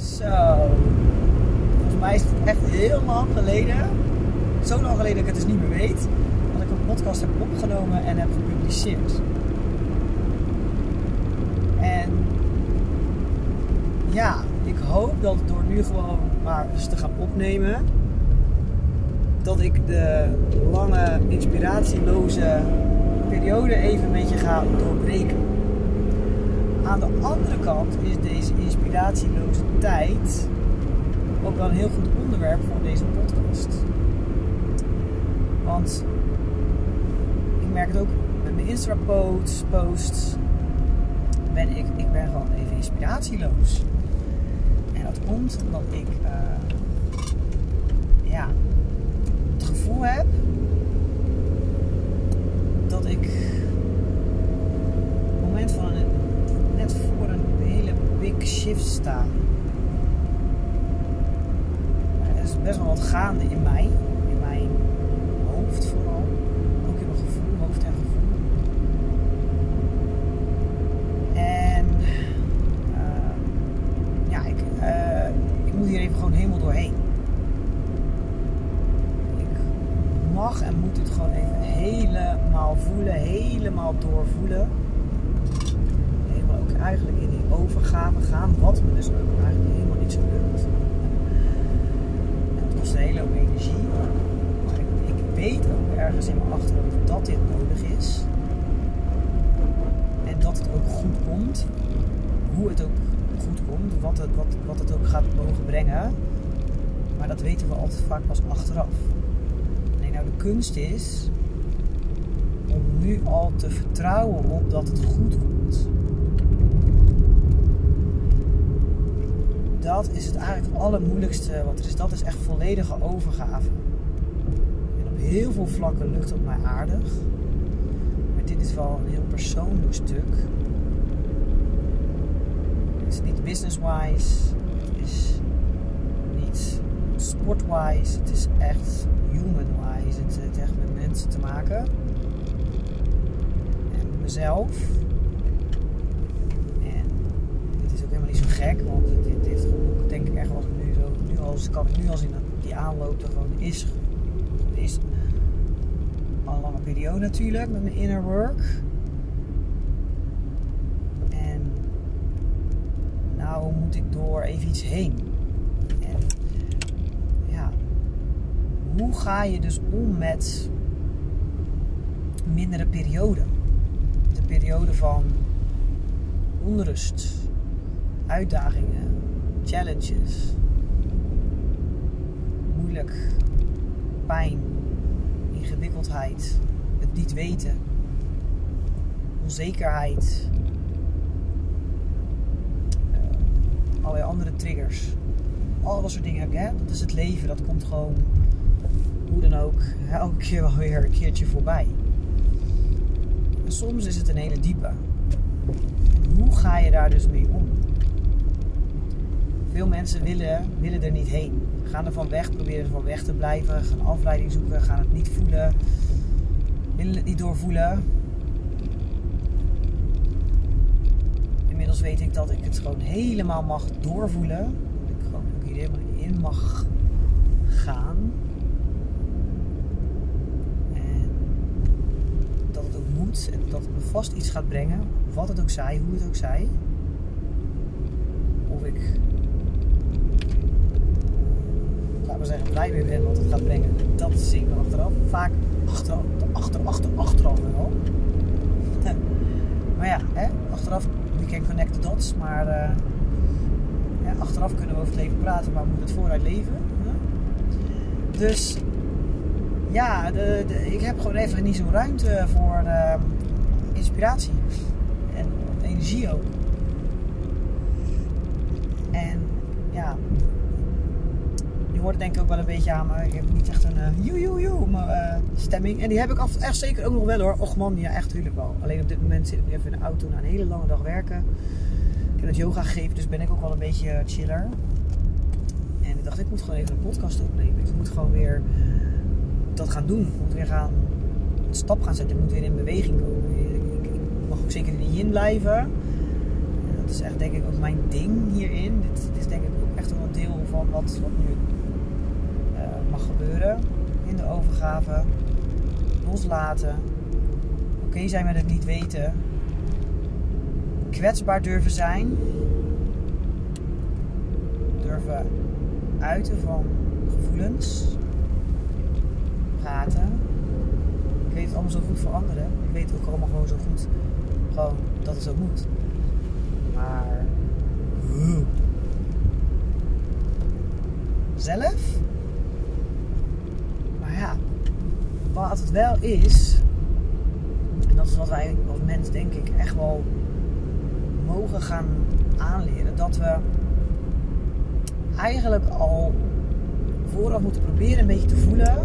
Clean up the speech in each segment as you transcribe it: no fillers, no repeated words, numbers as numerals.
Zo. Volgens mij is het echt heel lang geleden. Zo lang geleden dat ik het dus niet meer weet. Dat ik een podcast heb opgenomen en heb gepubliceerd. En ja, ik hoop dat door nu gewoon maar eens te gaan opnemen, dat ik de lange, inspiratieloze periode even een beetje ga doorbreken. Aan de andere kant is deze inspiratieloze tijd ook wel een heel goed onderwerp voor deze podcast. Want ik merk het ook met mijn Insta-posts. Ik ben gewoon even inspiratieloos. En dat komt omdat ik het gevoel heb dat ik op het moment van net voor een hele big shift sta. Er is best wel wat gaande in mij. In mijn hoofd vooral. Ook in mijn gevoel, hoofd en gevoel. En ik moet hier even gewoon helemaal doorheen. Ik mag en moet het gewoon even helemaal voelen, helemaal doorvoelen. Helemaal ook eigenlijk in die overgave gaan, wat me dus ook eigenlijk helemaal niet zo lukt. En dat kost een hele hoop energie. Maar ik weet ook ergens in mijn achterhoofd dat dit nodig is. En dat het ook goed komt. Hoe het ook goed komt. Wat het ook gaat mogen brengen. Maar dat weten we altijd vaak pas achteraf. Nee, nou de kunst is om nu al te vertrouwen op dat het goed komt. Dat is het eigenlijk het allermoeilijkste wat er is. Dat is echt volledige overgave. En op heel veel vlakken lukt het mij aardig. Maar dit is wel een heel persoonlijk stuk. Het is niet business-wise. Het is niet sport-wise. Het is echt human-wise. Het heeft echt met mensen te maken. En met mezelf. En het is ook helemaal niet zo gek. Want dit heeft gewoon, denk ik echt wel kan ik nu als in die aanloop er gewoon is al een lange periode natuurlijk met mijn inner work. En nou moet ik door even iets heen. En ja, hoe ga je dus om met mindere perioden? De periode van onrust, uitdagingen, challenges, moeilijk, pijn, ingewikkeldheid, het niet weten, onzekerheid, allerlei andere triggers. Al dat soort dingen heb je, hè? Dat is het leven, dat komt gewoon, hoe dan ook, elke keer wel weer een keertje voorbij. En soms is het een hele diepe. En hoe ga je daar dus mee om? Veel mensen willen er niet heen. Gaan er van weg, proberen er van weg te blijven, gaan afleiding zoeken, gaan het niet voelen, willen het niet doorvoelen. Inmiddels weet ik dat ik het gewoon helemaal mag doorvoelen. Dat ik gewoon ook hier helemaal in mag gaan. En dat het ook moet en dat het me vast iets gaat brengen. Wat het ook zij, hoe het ook zij. Of ik, laat maar zeggen, blij mee ben wat het gaat brengen. Dat zie ik dan achteraf. Vaak achteraf wel. Maar ja, achteraf, we can connect the dots. Maar achteraf kunnen we over het leven praten, maar we moeten het vooruit leven. Dus ja, ik heb gewoon even niet zo'n ruimte voor inspiratie. En energie ook. En ja, je hoort het denk ik ook wel een beetje aan me. Ik heb niet echt een stemming. En die heb ik echt zeker ook nog wel hoor. Och man, ja echt tuurlijk wel. Alleen op dit moment zit ik nu even in de auto na een hele lange dag werken. Ik heb het yoga gegeven, dus ben ik ook wel een beetje chiller. En ik dacht, ik moet gewoon even een podcast opnemen. Ik moet gewoon weer dat gaan doen. Ik moet weer gaan een stap gaan zetten. Ik moet weer in beweging komen. Ik mag ook zeker in de yin blijven. En dat is echt denk ik ook mijn ding hierin. Dit is denk ik ook echt wat nu mag gebeuren in de overgave. Loslaten. Oké zijn met het niet weten. Kwetsbaar durven zijn. Durven uiten van gevoelens. Praten. Ik weet het allemaal zo goed voor anderen. Ik weet het ook allemaal gewoon zo goed. Gewoon dat het zo moet. Maar zelf? Maar ja, wat het wel is, en dat is wat wij als mens denk ik echt wel mogen gaan aanleren, dat we eigenlijk al vooraf moeten proberen een beetje te voelen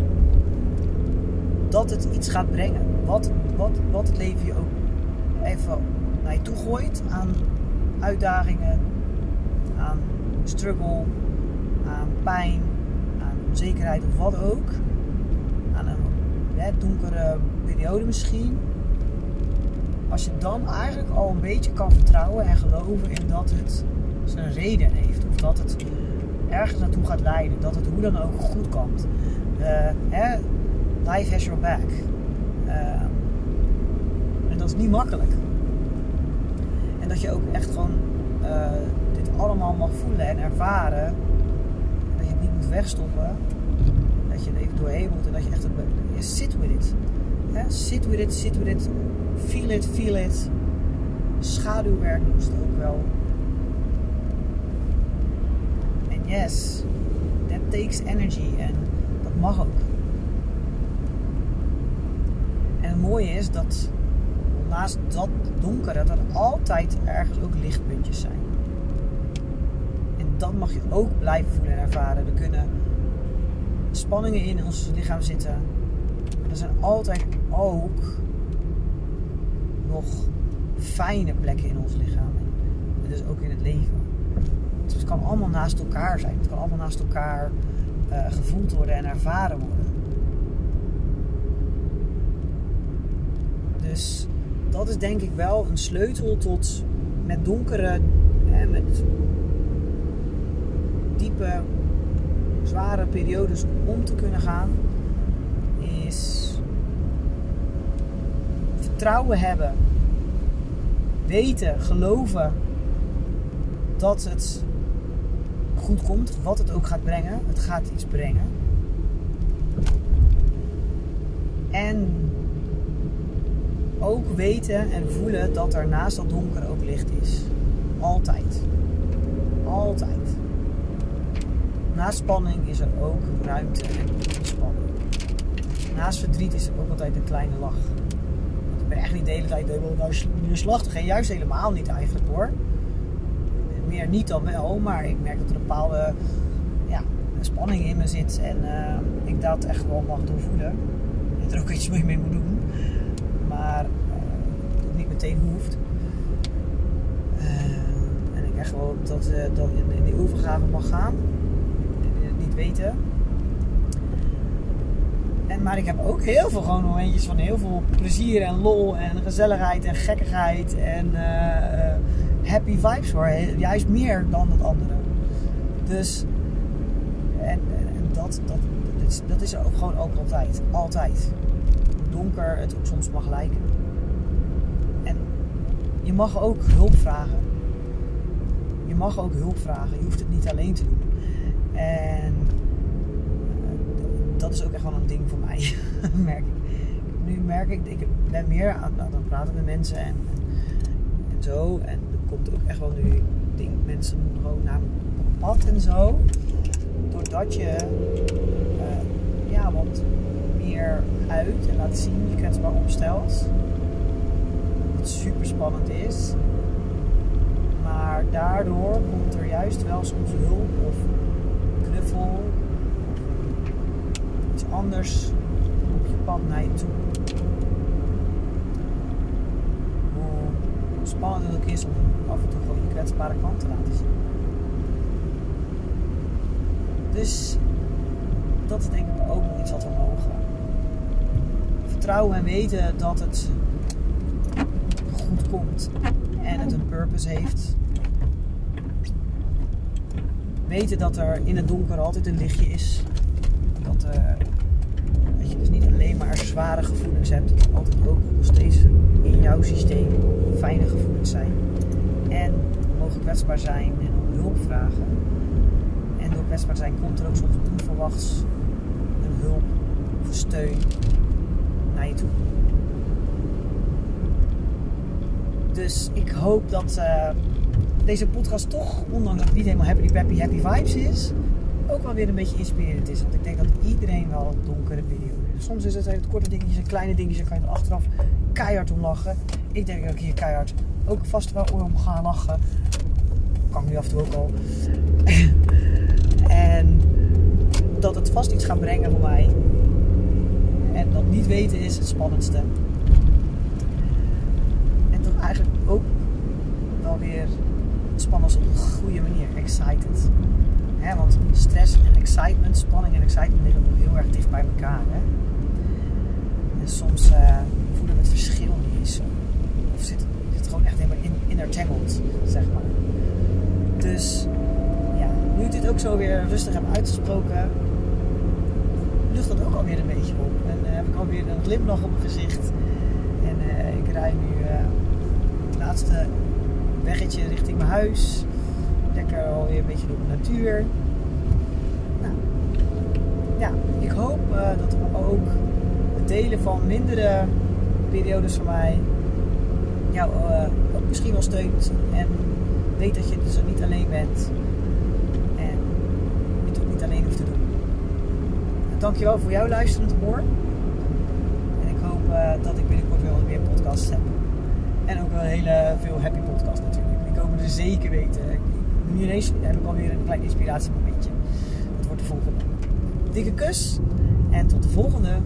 dat het iets gaat brengen. Wat het leven je ook even naar je toe gooit aan uitdagingen, aan struggle, aan pijn, aan onzekerheid of wat ook. Aan een donkere periode misschien. Als je dan eigenlijk al een beetje kan vertrouwen en geloven in dat het zijn reden heeft. Of dat het ergens naartoe gaat leiden. Dat het hoe dan ook goed komt. Life has your back. En dat is niet makkelijk. En dat je ook echt gewoon dit allemaal mag voelen en ervaren. En dat je het niet moet wegstoppen. Dat je er even doorheen moet. En dat je echt sit with it. Sit with it, sit with it. Feel it, feel it. Schaduwwerk noemt het ook wel. En yes, that takes energy. En dat mag ook. En het mooie is dat naast dat donkere, dat er altijd ergens ook lichtpuntjes zijn. En dat mag je ook blijven voelen en ervaren. Er kunnen spanningen in ons lichaam zitten. Maar er zijn altijd ook nog fijne plekken in ons lichaam. En dus ook in het leven. Dus het kan allemaal naast elkaar zijn. Het kan allemaal naast elkaar gevoeld worden en ervaren worden. Dus dat is denk ik wel een sleutel tot met donkere, met diepe, zware periodes om te kunnen gaan. Is vertrouwen hebben. Weten, geloven dat het goed komt. Wat het ook gaat brengen. Het gaat iets brengen. En ook weten en voelen dat er naast dat donker ook licht is. Altijd. Altijd. Naast spanning is er ook ruimte en ontspanning. Naast verdriet is er ook altijd een kleine lach. Want ik ben echt niet de hele tijd neerslachtig. En juist helemaal niet eigenlijk hoor. Meer niet dan wel. Maar ik merk dat er een bepaalde spanning in me zit. En ik dat echt wel mag doorvoelen. Dat er ook iets mee moet doen. Maar dat niet meteen hoeft. En ik echt wel dat in die overgave mag gaan. En het niet weten. Maar ik heb ook heel veel gewoon momentjes van heel veel plezier en lol en gezelligheid en gekkigheid en happy vibes hoor. Juist meer dan het andere. Dus en dat is er ook gewoon ook altijd. Altijd. Donker het ook soms mag lijken. En je mag ook hulp vragen. Je mag ook hulp vragen. Je hoeft het niet alleen te doen. En dat is ook echt wel een ding voor mij. Merk ik. Nu merk ik ben meer aan het praten met mensen en zo. En er komt ook echt wel nu mensen gewoon naar mijn pad en zo. Doordat je wat meer uit en laat zien, je kwetsbaar opstelt. Wat super spannend is. Maar daardoor komt er juist wel soms hulp of knuffel of iets anders op je pad naar je toe. Hoe spannend het ook is om af en toe gewoon je kwetsbare kant te laten zien. Dus dat is denk ik ook nog iets wat we mogen. Vertrouwen en weten dat het goed komt en het een purpose heeft. weten dat er in het donker altijd een lichtje is. Dat je dus niet alleen maar zware gevoelens hebt. Dat er altijd ook nog steeds in jouw systeem fijne gevoelens zijn. En we mogen kwetsbaar zijn en om hulp vragen. En door kwetsbaar zijn komt er ook soms onverwachts een hulp of steun naar je toe. Dus ik hoop dat deze podcast toch, ondanks dat het niet helemaal happy vibes is, ook wel weer een beetje inspirerend is. Want ik denk dat iedereen wel een donkere periode heeft. Soms is het hele korte dingetjes en kleine dingetjes, daar kan je er achteraf keihard om lachen. Ik denk dat ik hier keihard ook vast wel om ga lachen. Kan ik nu af en toe ook al. En dat het vast iets gaat brengen voor mij. En dat niet weten is het spannendste. En toch eigenlijk ook wel weer spannend op een goede manier. Excited. Want stress en excitement, spanning en excitement liggen ook heel erg dicht bij elkaar. Hè? En soms voelen we het verschil niet eens zo. Of zit het gewoon echt helemaal intertangled, zeg maar. Dus ja, nu ik dit ook zo weer rustig heb uitgesproken, lucht dat ook alweer een beetje op. En heb ik alweer een glimlach op mijn gezicht. En ik rijd nu het laatste weggetje richting mijn huis. Lekker alweer een beetje door de natuur. Nou, ja, ik hoop dat ook het delen van mindere periodes van mij jou ook misschien wel steunt. En weet dat je dus niet alleen bent. En je het ook niet alleen hoeft te doen. Dankjewel voor jouw luisterend oor. En ik hoop dat ik binnenkort weer wat meer podcasts heb. En ook wel hele veel happy podcasts natuurlijk. Die komen er zeker weten. Nu ineens heb ik alweer een klein inspiratiemomentje. Dat wordt de volgende. Dikke kus en tot de volgende.